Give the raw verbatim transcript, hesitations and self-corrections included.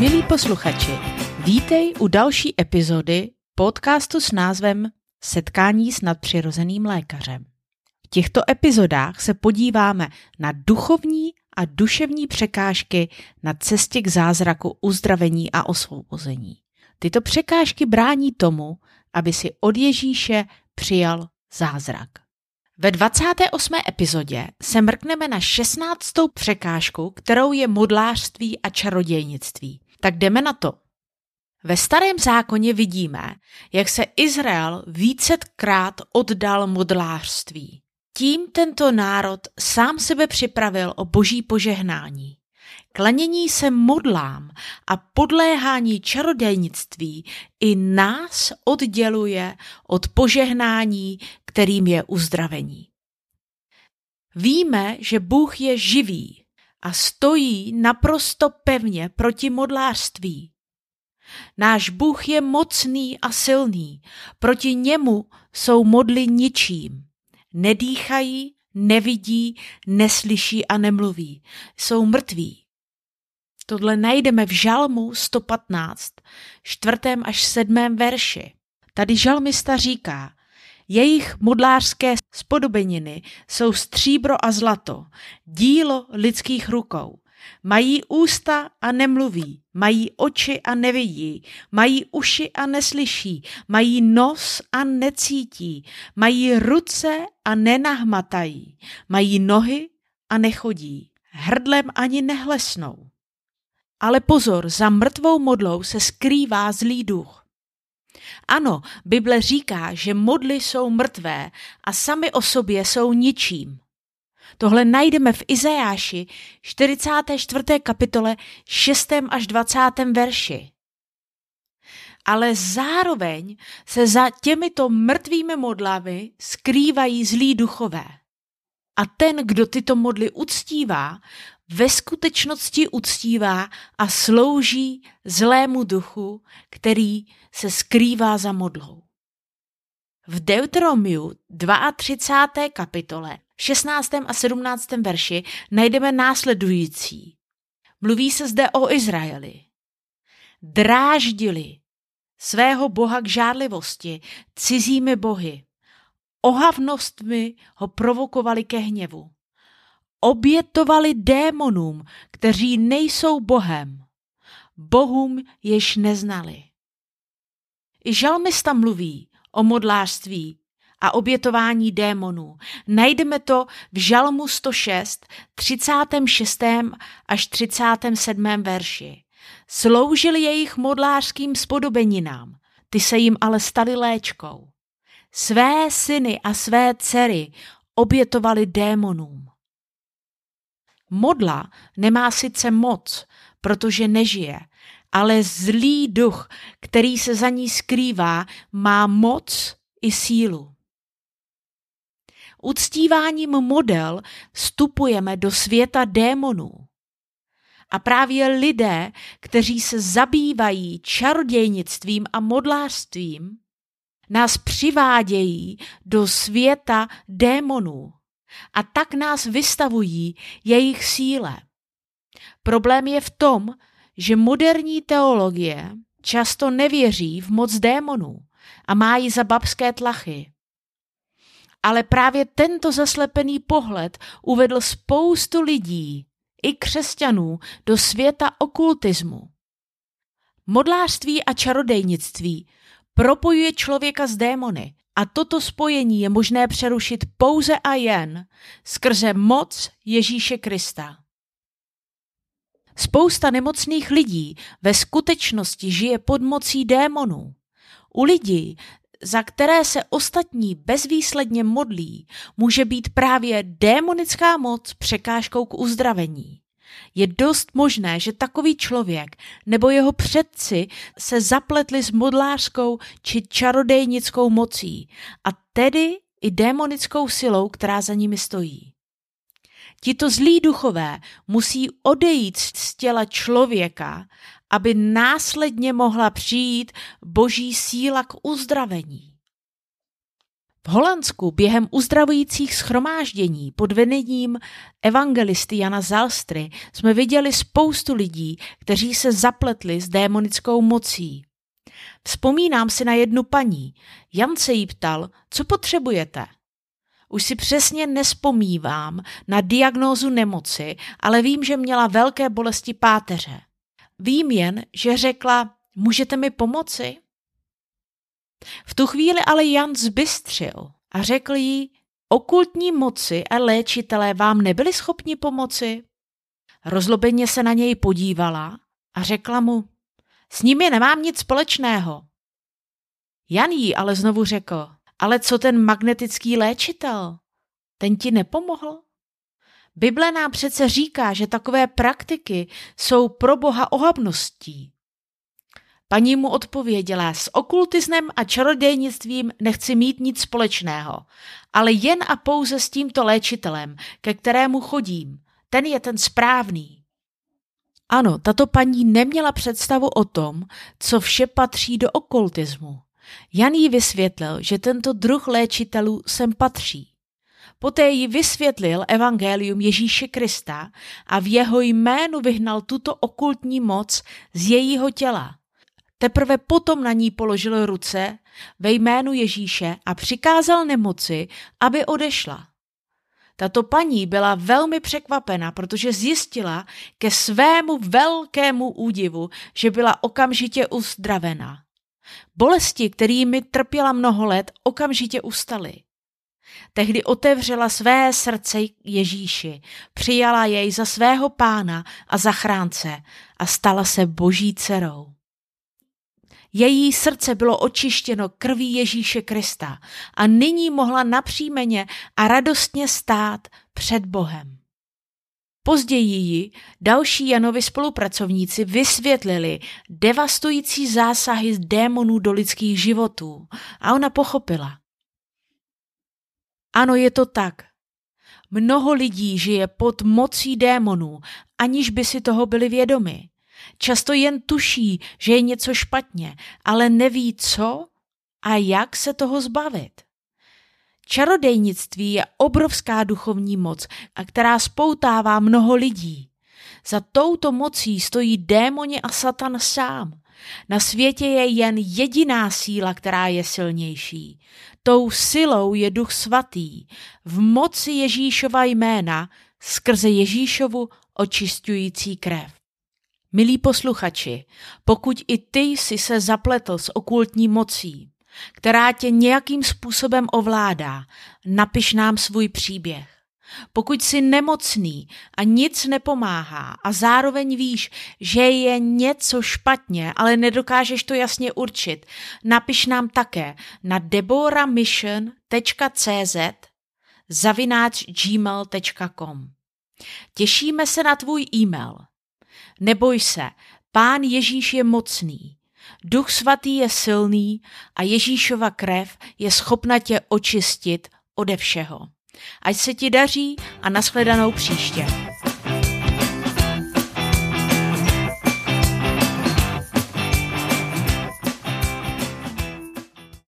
Milí posluchači, vítej u další epizody podcastu s názvem Setkání s nadpřirozeným lékařem. V těchto epizodách se podíváme na duchovní a duševní překážky na cestě k zázraku uzdravení a osvobození. Tyto překážky brání tomu, aby si od Ježíše přijal zázrak. Ve dvacáté osmé epizodě se mrkneme na šestnáctou překážku, kterou je modlářství a čarodějnictví. Tak jdeme na to. Ve Starém zákoně vidíme, jak se Izrael vícekrát oddal modlářství. Tím tento národ sám sebe připravil o boží požehnání. Klanění se modlám a podléhání čarodějnictví i nás odděluje od požehnání, kterým je uzdravení. Víme, že Bůh je živý a stojí naprosto pevně proti modlářství. Náš Bůh je mocný a silný, proti němu jsou modly ničím. Nedýchají, nevidí, neslyší a nemluví. Jsou mrtví. Tohle najdeme v Žalmu sto patnáct, čtvrtém až sedmém verši. Tady žalmista říká, jejich modlářské spodobeniny jsou stříbro a zlato, dílo lidských rukou. Mají ústa a nemluví, mají oči a nevidí, mají uši a neslyší, mají nos a necítí, mají ruce a nenahmatají, mají nohy a nechodí, hrdlem ani nehlesnou. Ale pozor, za mrtvou modlou se skrývá zlý duch. Ano, Bible říká, že modly jsou mrtvé a sami o sobě jsou ničím. Tohle najdeme v Izajáši čtyřicáté čtvrté kapitole šestém až dvacátém verši. Ale zároveň se za těmito mrtvými modlami skrývají zlí duchové. A ten, kdo tyto modly uctívá, ve skutečnosti uctívá a slouží zlému duchu, který se skrývá za modlou. V Deuteronomiu třicáté druhé kapitole, šestnáctém a sedmnáctém verši najdeme následující. Mluví se zde o Izraeli. Dráždili svého boha k žárlivosti cizími bohy. Ohavnostmi ho provokovali ke hněvu. Obětovali démonům, kteří nejsou bohem. Bohům jež neznali. I žalmista mluví o modlářství a obětování démonů. Najdeme to v Žalmu sto šest, třicátém šestém až třicátém sedmém verši. Sloužili jejich modlářským spodobeninám, ty se jim ale staly léčkou. Své syny a své dcery obětovali démonům. Modla nemá sice moc, protože nežije, ale zlý duch, který se za ní skrývá, má moc i sílu. Uctíváním model vstupujeme do světa démonů. A právě lidé, kteří se zabývají čarodějnictvím a modlářstvím, nás přivádějí do světa démonů a tak nás vystavují jejich síle. Problém je v tom, že moderní teologie často nevěří v moc démonů a má ji za babské tlachy. Ale právě tento zaslepený pohled uvedl spoustu lidí, i křesťanů, do světa okultismu. Modlářství a čarodejnictví propojuje člověka s démony a toto spojení je možné přerušit pouze a jen skrze moc Ježíše Krista. Spousta nemocných lidí ve skutečnosti žije pod mocí démonů. U lidí, za které se ostatní bezvýsledně modlí, může být právě démonická moc překážkou k uzdravení. Je dost možné, že takový člověk nebo jeho předci se zapletli s modlářskou či čarodejnickou mocí a tedy i démonickou silou, která za nimi stojí. Tito zlí duchové musí odejít z těla člověka, aby následně mohla přijít boží síla k uzdravení. V Holandsku během uzdravujících shromáždění pod vedením evangelisty Jana Zalstry jsme viděli spoustu lidí, kteří se zapletli s démonickou mocí. Vzpomínám si na jednu paní. Jan se jí ptal, co potřebujete. Už si přesně nespomívám na diagnózu nemoci, ale vím, že měla velké bolesti páteře. Vím jen, že řekla, můžete mi pomoci? V tu chvíli ale Jan zbystřil a řekl jí, okultní moci a léčitelé vám nebyli schopni pomoci? Rozlobeně se na něj podívala a řekla mu, s nimi nemám nic společného. Jan jí ale znovu řekl, ale co ten magnetický léčitel? Ten ti nepomohl? Bible nám přece říká, že takové praktiky jsou pro Boha ohavností. Paní mu odpověděla, s okultismem a čarodějnictvím nechci mít nic společného, ale jen a pouze s tímto léčitelem, ke kterému chodím. Ten je ten správný. Ano, tato paní neměla představu o tom, co vše patří do okultismu. Jan jí vysvětlil, že tento druh léčitelů sem patří. Poté jí vysvětlil evangelium Ježíše Krista a v jeho jménu vyhnal tuto okultní moc z jejího těla. Teprve potom na ní položil ruce ve jménu Ježíše a přikázal nemoci, aby odešla. Tato paní byla velmi překvapena, protože zjistila ke svému velkému údivu, že byla okamžitě uzdravena. Bolesti, kterými trpěla mnoho let, okamžitě ustaly. Tehdy otevřela své srdce Ježíši, přijala jej za svého pána a zachránce a stala se Boží dcerou. Její srdce bylo očištěno krví Ježíše Krista a nyní mohla napříjmeně a radostně stát před Bohem. Později ji další Janovi spolupracovníci vysvětlili devastující zásahy z démonů do lidských životů a ona pochopila. Ano, je to tak. Mnoho lidí žije pod mocí démonů, aniž by si toho byli vědomi. Často jen tuší, že je něco špatně, ale neví co a jak se toho zbavit. Čarodejnictví je obrovská duchovní moc, která spoutává mnoho lidí. Za touto mocí stojí démoni a Satan sám. Na světě je jen jediná síla, která je silnější. Tou silou je Duch Svatý, v moci Ježíšova jména, skrze Ježíšovu očišťující krev. Milí posluchači, pokud i ty jsi se zapletl s okultní mocí, která tě nějakým způsobem ovládá, napiš nám svůj příběh. Pokud jsi nemocný a nic nepomáhá a zároveň víš, že je něco špatně, ale nedokážeš to jasně určit, napiš nám také na deboramission tečka cz zavináč gmail tečka com. Těšíme se na tvůj e-mail. Neboj se, Pán Ježíš je mocný, Duch Svatý je silný a Ježíšova krev je schopna tě očistit ode všeho. Ať se ti daří a nashledanou příště.